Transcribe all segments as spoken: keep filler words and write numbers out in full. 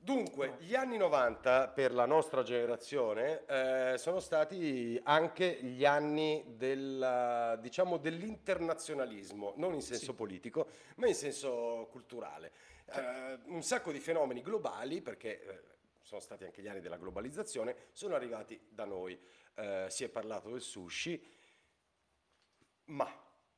Dunque, gli anni novanta per la nostra generazione eh, sono stati anche gli anni del, diciamo, dell'internazionalismo, non in senso Sì, politico, ma in senso culturale. sì, Eh, un sacco di fenomeni globali, perché eh, sono stati anche gli anni della globalizzazione, sono arrivati da noi. Eh, si è parlato del sushi, ma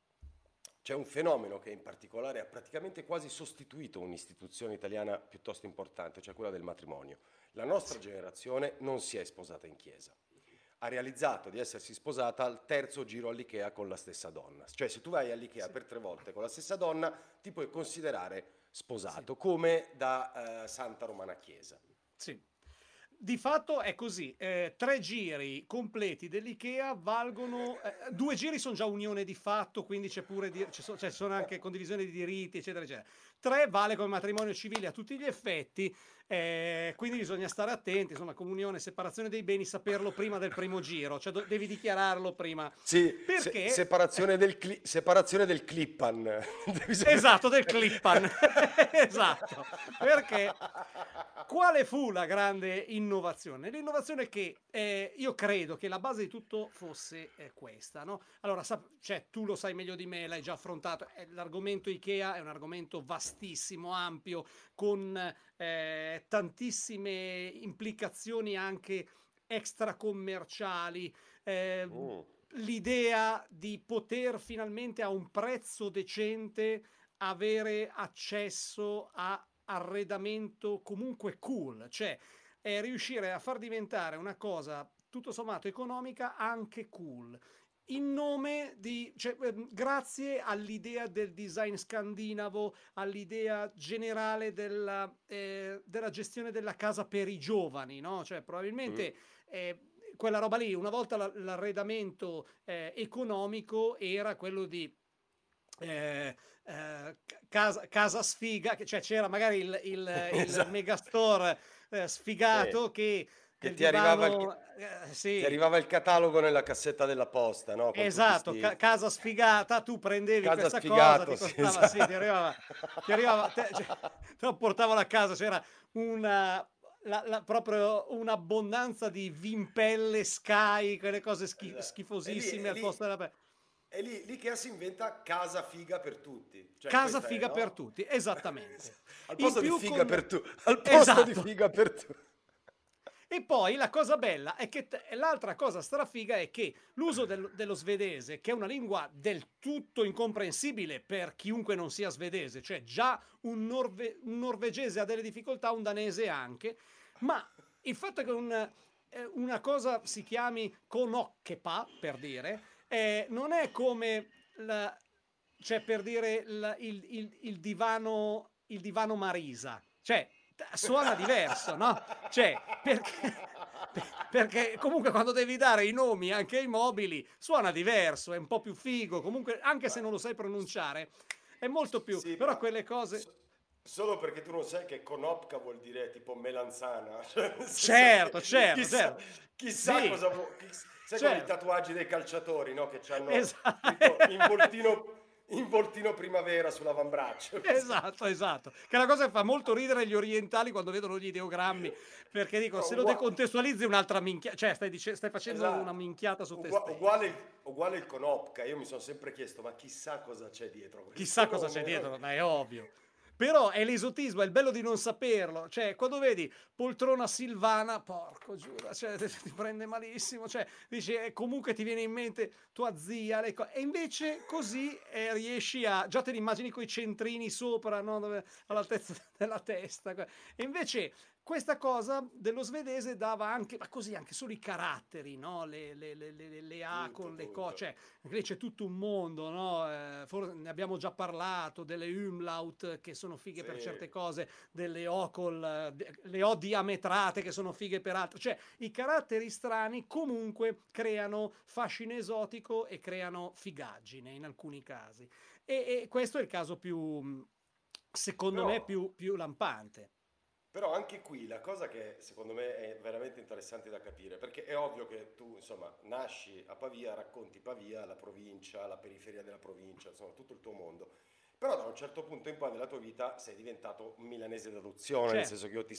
c'è un fenomeno che in particolare ha praticamente quasi sostituito un'istituzione italiana piuttosto importante, cioè quella del matrimonio. La nostra sì, generazione non si è sposata in chiesa. Ha realizzato di essersi sposata al terzo giro all'IKEA con la stessa donna. Cioè se tu vai all'IKEA sì, per tre volte con la stessa donna ti puoi considerare sì, sposato, come da eh, Santa Romana Chiesa. sì. Di fatto è così, eh, tre giri completi dell'IKEA valgono, eh, due giri sono già unione di fatto, quindi c'è pure, di- ci sono, cioè, ci sono anche condivisione di diritti, eccetera, eccetera. Tre vale come matrimonio civile a tutti gli effetti, eh, quindi bisogna stare attenti, insomma, comunione, separazione dei beni, saperlo prima del primo giro, cioè do- devi dichiararlo prima. Sì, se- Perché? separazione del, cli- separazione del clippan. Devi sapere- Esatto, del Clippan. Esatto. Perché quale fu la grande innovazione? L'innovazione che eh, io credo che la base di tutto fosse eh, questa, no? Allora, sap- cioè, tu lo sai meglio di me, l'hai già affrontato. eh, L'argomento IKEA è un argomento vastissimo, ampio, con eh, tantissime implicazioni anche extracommerciali. eh, Mm. L'idea di poter finalmente a un prezzo decente avere accesso a arredamento comunque cool, cioè è riuscire a far diventare una cosa tutto sommato economica anche cool. In nome di, cioè, ehm, grazie all'idea del design scandinavo, all'idea generale della, eh, della gestione della casa per i giovani, no? Cioè, Mm. probabilmente eh, quella roba lì, una volta la- l'arredamento eh, economico era quello di eh, eh, casa, casa sfiga, che- cioè c'era magari il, il, il Esatto. megastore eh, Sì. sfigato che Che del ti arrivava il, divano, eh, ti sì, arrivava il catalogo nella cassetta della posta, no? Con tutti esatto, sti... ca- casa sfigata, tu prendevi Casa questa cosa, sfigato, ti sì, costava, sì, ti esatto. arrivava, ti arrivava, te, cioè, te lo portavano a casa, c'era una, la- la- proprio un'abbondanza di Vimpelle, Sky, quelle cose schi- Esatto. E lì, schifosissime e al posto lì, della... pe- e lì, lì che si inventa casa figa per tutti. Cioè, Casa questa è, figa per no? tutti, esattamente. Al In posto di più figa con... per tutti. Al posto di Esatto. figa per tutti. E poi la cosa bella è che t- l'altra cosa strafiga è che l'uso del- dello svedese, che è una lingua del tutto incomprensibile per chiunque non sia svedese, cioè già un, norve- un norvegese ha delle difficoltà, un danese anche, ma il fatto che un, eh, una cosa si chiami konokkepa, per dire, eh, non è come la- cioè per dire il, il- il- il divano, il divano Marisa, cioè t- suona diverso, no? Cioè, perché, perché comunque quando devi dare i nomi anche ai mobili suona diverso, è un po' più figo, comunque anche se Ma non lo sai pronunciare, è molto più, sì, però ma quelle cose... so- solo perché tu non sai che conopca vuol dire tipo melanzana, cioè nel senso che Certo, certo, chissà, certo. chissà Sì, cosa vuol... Sai come i certo. tatuaggi dei calciatori, no? Che hanno Esatto. scritto involtino, involtino primavera sull'avambraccio. Così. Esatto, esatto. Che è una cosa che fa molto ridere gli orientali quando vedono gli ideogrammi, perché dico, No, se lo ugua- decontestualizzi è un'altra minchia, cioè stai, dice- stai facendo una esatto. minchiata su te Ugua- stesso. uguale, il, uguale il conopca, io mi sono sempre chiesto, ma chissà cosa c'è dietro questo Chissà cosa c'è nome, no? dietro, ma è ovvio. Però è l'esotismo, è il bello di non saperlo. Cioè, quando vedi poltrona Silvana, porco giuro, cioè, ti prende malissimo. Cioè, dici, eh, comunque ti viene in mente tua zia. le co- e invece così eh, riesci a... Già te li immagini con i centrini sopra, no? Dove- all'altezza della testa. E invece questa cosa dello svedese dava anche, ma così, anche solo i caratteri, no? Le, le, le, le, le A Tutto, con le cose. tutto. Cioè, anche lì c'è tutto un mondo, no? Eh, for- ne abbiamo già parlato, delle umlaut che sono fighe per Sì. certe cose, delle O col, eh, de- le O diametrate che sono fighe per altre. Cioè, i caratteri strani comunque creano fascino esotico e creano figaggine in alcuni casi. E, e questo è il caso più, mh, secondo Però me, più, più lampante. Però anche qui la cosa che secondo me è veramente interessante da capire, perché è ovvio che tu, insomma, nasci a Pavia, racconti Pavia, la provincia, la periferia della provincia, insomma, tutto il tuo mondo. Però da un certo punto in poi nella tua vita sei diventato un milanese d'adozione, nel Certo, senso che io ti, ti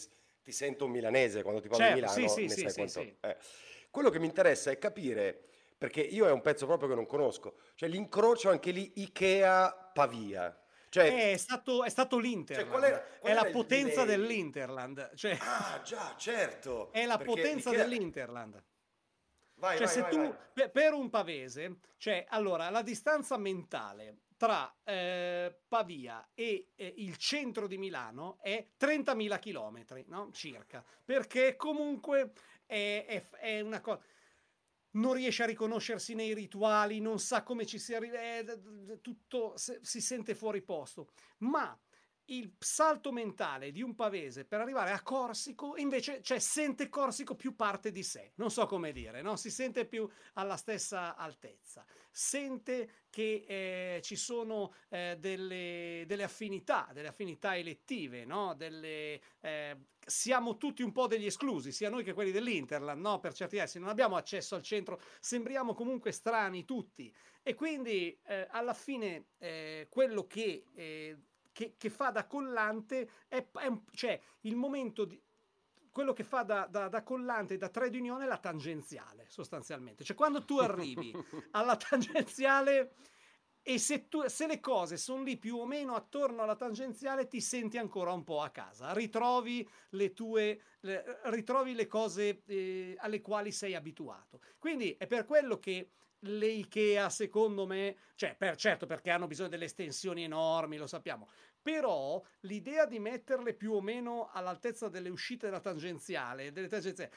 ti sento un milanese, quando ti parlo di Certo, Milano sì, sì, ne sì, sai sì, quanto... sì. eh. Quello che mi interessa è capire, perché io è un pezzo proprio che non conosco, cioè l'incrocio anche lì Ikea-Pavia. Cioè, È stato, è stato cioè qual era, l'Interland, qual è la era il potenza delay? dell'Interland, cioè Ah, già, certo, è la perché potenza l'Ikea... dell'Interland. Vai, Cioè, vai, se vai, vai. tu, per, per un pavese, cioè, allora, la distanza mentale tra eh, Pavia e eh, il centro di Milano è trentamila chilometri, no? Circa, perché comunque è, è- è una cosa... Non riesce a riconoscersi nei rituali, non sa come ci si arriva, è- tutto se- si sente fuori posto. Ma il salto mentale di un pavese per arrivare a Corsico invece, cioè, sente Corsico più parte di sé, non so come dire, no? Si sente più alla stessa altezza, sente che eh, ci sono eh, delle, delle affinità, delle affinità elettive, no? Delle, eh, siamo tutti un po' degli esclusi, sia noi che quelli dell'Interland, no? Per certi versi non abbiamo accesso al centro, sembriamo comunque strani tutti e quindi eh, alla fine eh, quello che eh, che, che fa da collante è, è un- cioè il momento di quello che fa da, da, da collante, da trade union è la tangenziale sostanzialmente, cioè quando tu arrivi alla tangenziale e se, tu, se le cose sono lì più o meno attorno alla tangenziale ti senti ancora un po' a casa, ritrovi le tue le, ritrovi le cose eh, alle quali sei abituato, quindi è per quello che le Ikea secondo me, cioè per, certo perché hanno bisogno delle estensioni enormi, lo sappiamo, però l'idea di metterle più o meno all'altezza delle uscite della tangenziale, delle tangenziali,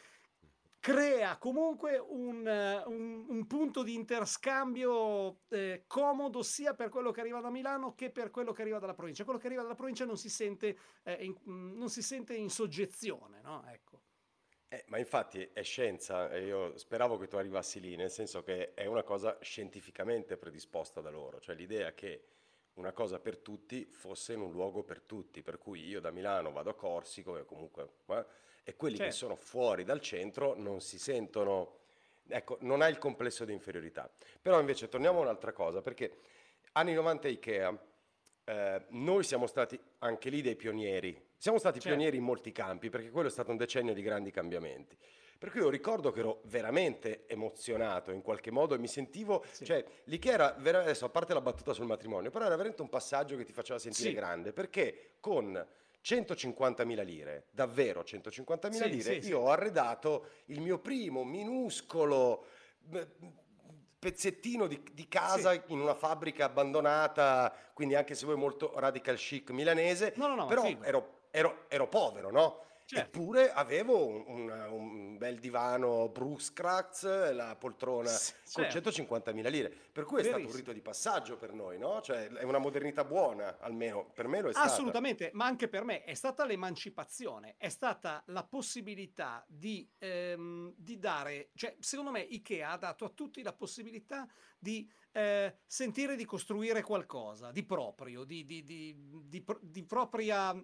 crea comunque un, eh, un- un punto di interscambio eh, comodo sia per quello che arriva da Milano che per quello che arriva dalla provincia. Quello che arriva dalla provincia non si sente, eh, in, mm, non si sente in soggezione, no? Ecco. Eh, ma infatti è scienza e io speravo che tu arrivassi lì, nel senso che è una cosa scientificamente predisposta da loro, cioè l'idea che una cosa per tutti fosse in un luogo per tutti, per cui io da Milano vado a Corsico e comunque, eh, e quelli che Certo. sono fuori dal centro non si sentono, ecco, non ha il complesso di inferiorità. Però invece torniamo a un'altra cosa, perché anni novanta Ikea, eh, noi siamo stati anche lì dei pionieri, siamo stati Certo. pionieri in molti campi, perché quello è stato un decennio di grandi cambiamenti. Per cui io ricordo che ero veramente emozionato in qualche modo e mi sentivo, Sì. cioè l'Ikea era, vera- adesso a parte la battuta sul matrimonio, però era veramente un passaggio che ti faceva sentire Sì. grande, perché con centocinquantamila lire, davvero centocinquantamila Sì, lire, sì, io sì. ho arredato il mio primo minuscolo eh, pezzettino di, di Sì. casa in una fabbrica abbandonata, quindi anche se vuoi molto radical chic milanese, No, no, no, ma però figo. ero, ero- ero povero, no? Certo. Eppure avevo un, un- un bel divano Bruscratz, la poltrona S- con certo. centocinquantamila lire, per cui è stato un Verissimo. rito di passaggio per noi, no? Cioè è una modernità buona, almeno per me lo è stata. Assolutamente, ma anche per me è stata l'emancipazione, è stata la possibilità di, ehm, di dare, cioè secondo me Ikea ha dato a tutti la possibilità di eh, sentire di costruire qualcosa di proprio, di, di, di, di pro- di propria,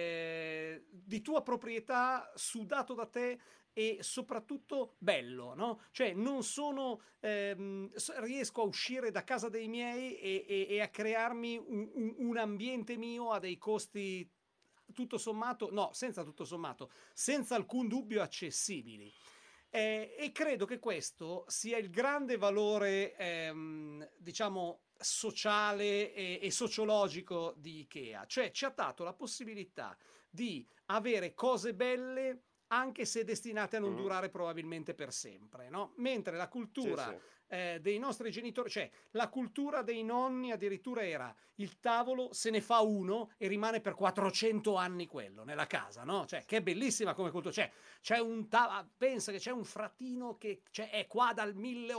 eh, di tua proprietà, sudato da te e soprattutto bello, no? Cioè non sono ehm, s- riesco a uscire da casa dei miei e, e- e a crearmi un, un- un ambiente mio a dei costi tutto sommato, no, senza tutto sommato, senza alcun dubbio accessibili. Eh, e credo che questo sia il grande valore, ehm, diciamo, sociale e, e sociologico di Ikea, cioè ci ha dato la possibilità di avere cose belle anche se destinate a non Mhm. durare probabilmente per sempre, no? Mentre la Sì, cultura sì. eh, dei nostri genitori, cioè la cultura dei nonni addirittura era il tavolo, se ne fa uno e rimane per quattrocento anni quello nella casa, no? Cioè, che è bellissima come cultura. Cioè, c'è un tavolo, pensa che c'è un fratino che cioè, è qua dal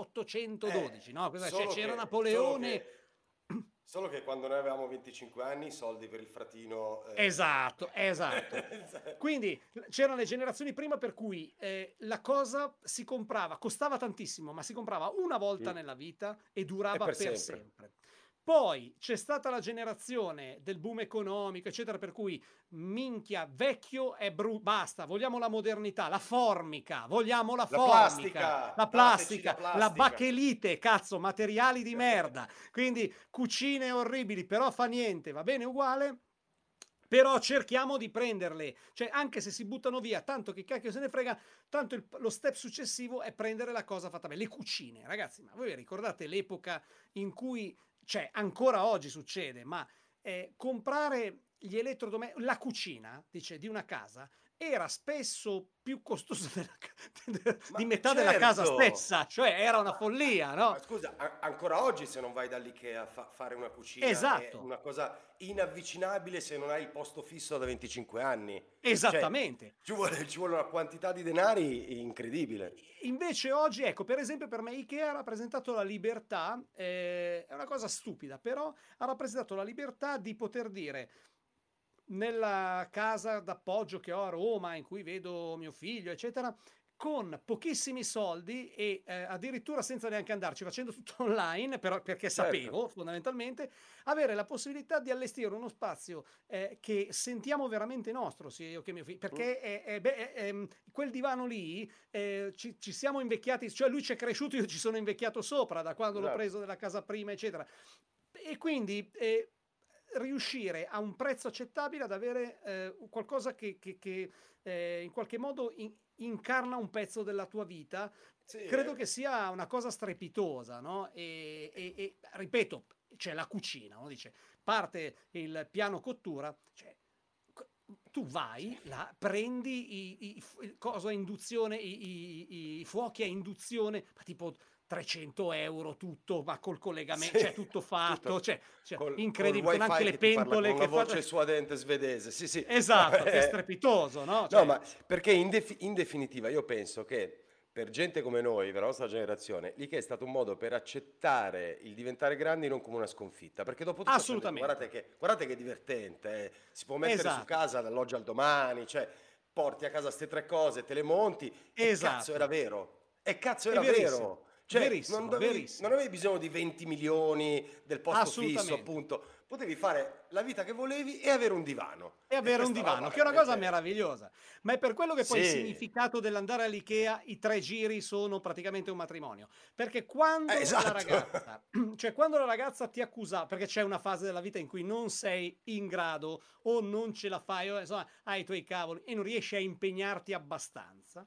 Eh, milleottocentododici, no? Cioè, solo c'era che, solo Napoleone. che, solo che quando noi avevamo venticinque anni, i soldi per il fratino... Esatto, esatto. eh, Quindi c'erano le generazioni prima per cui eh, la cosa si comprava, costava tantissimo, ma si comprava una volta Mm. nella vita e E durava per per sempre. sempre. Poi c'è stata la generazione del boom economico, eccetera, per cui minchia, vecchio è bru- basta, vogliamo la modernità, la formica, vogliamo la La formica, plastica, la dateci la plastica, la plastica. bachelite, cazzo, materiali di merda. Quindi cucine orribili, però fa niente, va bene uguale. Però cerchiamo di prenderle, cioè anche se si buttano via, tanto che cacchio se ne frega, tanto il- lo step successivo è prendere la cosa fatta bene. Le cucine, ragazzi, ma voi vi ricordate l'epoca in cui, cioè ancora oggi succede, ma eh, comprare gli elettrodomestici, la cucina, dice, di una casa, era spesso più costosa della ca- di Ma metà della casa certo! stessa, cioè era una Ma, follia, ma no? scusa, a- ancora oggi se non vai dall'IKEA a fa- fare una cucina è Esatto, una cosa inavvicinabile se non hai il posto fisso da venticinque anni. Cioè, esattamente. ci vuole, ci vuole una quantità di denari incredibile. Invece oggi, ecco, per esempio per me Ikea ha rappresentato la libertà, eh, è una cosa stupida, però ha rappresentato la libertà di poter dire nella casa d'appoggio che ho a Roma, in cui vedo mio figlio, eccetera, con pochissimi soldi e eh, addirittura senza neanche andarci, facendo tutto online, però perché Certo, sapevo fondamentalmente, avere la possibilità di allestire uno spazio eh, che sentiamo veramente nostro, sia io che mio figlio, mm, perché è, è- beh, è- è- quel divano lì eh, ci, ci siamo invecchiati, cioè lui ci è cresciuto, io ci sono invecchiato sopra da quando l'ho esatto. preso della casa prima, eccetera. E quindi eh, riuscire a un prezzo accettabile ad avere eh, qualcosa che, che- che, eh, in qualche modo in- incarna un pezzo della tua vita, Sì, credo eh, che sia una cosa strepitosa, no? E, e- e, ripeto, c'è la cucina, no? Dice, parte il piano cottura, cioè, co- tu vai là, prendi i, i, fu- il coso a induzione, i, i- i fuochi a induzione, ma tipo trecento euro tutto, ma col collegamento, sì, cioè tutto fatto, tutto cioè, cioè, col, col incredibile, con anche wifi le che ti parla con pentole una che fa... voce suadente svedese. Sì, sì. No, Esatto, che è eh, strepitoso, no? no, Cioè, ma perché in, defi- in definitiva io penso che per gente come noi, per la nostra generazione, lì che è stato un modo per accettare il diventare grandi non come una sconfitta, perché dopo tutto abbiamo detto guardate assolutamente, che, guardate che divertente, eh, si può mettere su esatto, casa dall'oggi al domani, cioè porti a casa queste tre cose, te le monti e cazzo era esatto, vero, e cazzo è era verissimo, vero. Cioè, non verissimo, dovevi- non verissimo, avevi bisogno di venti milioni del posto fisso, assolutamente. appunto. Potevi fare la vita che volevi e avere un divano. E E avere un questa roba divano, che è una cosa veramente... meravigliosa. Ma è per quello che poi il Sì, significato dell'andare all'IKEA, i tre giri sono praticamente un matrimonio. Perché eh, quando la esatto. ragazza, cioè quando la ragazza ti accusa, perché c'è una fase della vita in cui non sei in grado o non ce la fai, o insomma hai i tuoi cavoli e non riesci a impegnarti abbastanza.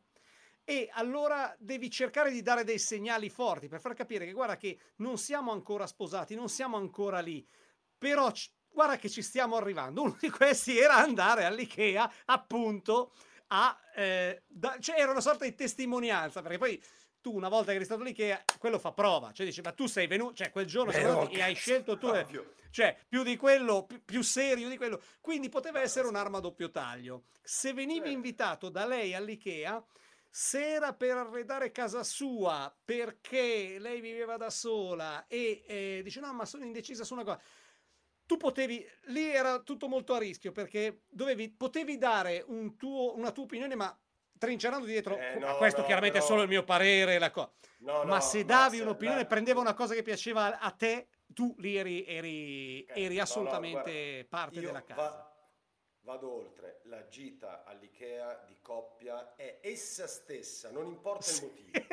E allora devi cercare di dare dei segnali forti per far capire che guarda che non siamo ancora sposati, non siamo ancora lì, però c- guarda che ci stiamo arrivando. Uno di questi era andare all'IKEA appunto a... eh, da- cioè era una sorta di testimonianza, perché poi tu una volta che eri stato all'IKEA, quello fa prova, cioè dici ma tu sei venuto, cioè quel giorno sei Beh, venuto no, e hai cazzo, scelto tu, eh, ovvio. cioè più di quello, più, più serio di quello, quindi poteva Ma essere scusa, un'arma a doppio taglio. Se venivi certo. invitato da lei all'IKEA, se era per arredare casa sua perché lei viveva da sola e eh, dice no ma sono indecisa su una cosa, tu potevi, lì era tutto molto a rischio perché dovevi, potevi dare un tuo, una tua opinione ma trincerando dietro, Eh, ma no, questo no, chiaramente è solo il però... mio parere, la co- No, ma no, se davi Max, un'opinione, la- prendeva una cosa che piaceva a te, tu lì eri, eri, ok, eri no, no, guarda, assolutamente parte della io casa. va- vado oltre. La gita all'IKEA di coppia è essa stessa, non importa il Sì. motivo.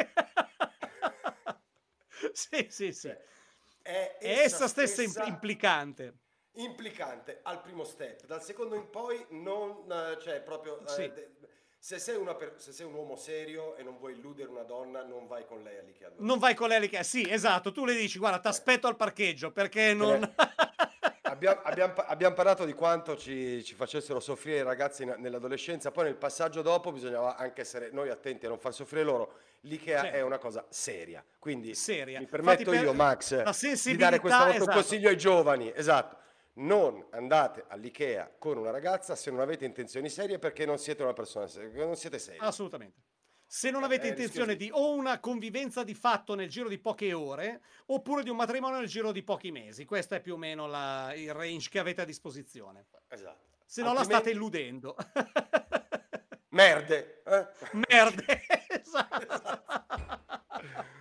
Sì, sì, sì. Cioè, è È essa essa stessa im- stessa implicante. implicante al primo step. Dal secondo in poi non, eh, cioè proprio, eh, Sì. de- se sei, una per- se sei un uomo serio e non vuoi illudere una donna, non vai con lei all'IKEA due Non volte. vai con lei che sì, esatto, tu le dici guarda, ti Eh, aspetto al parcheggio perché te non... ne- Abbiamo, abbiam pa- abbiam parlato di quanto ci, ci facessero soffrire i ragazzi in- nell'adolescenza, poi nel passaggio dopo bisognava anche essere noi attenti a non far soffrire loro. L'IKEA è Certo, una cosa seria, quindi seria. mi Infatti permetto io, per Max, la di dare questa sensibilità, volta un esatto, consiglio ai giovani, esatto. Non andate all'IKEA con una ragazza se non avete intenzioni serie perché non siete una persona seria, perché non siete seri. assolutamente. Se non È, avete è intenzione di rischiosissimo. o una convivenza di fatto nel giro di poche ore, oppure di un matrimonio nel giro di pochi mesi, questo è più o meno la- il range che avete a disposizione. Esatto. Se no la state Altrimenti, illudendo. merde. Eh? Merde, esatto. Esatto.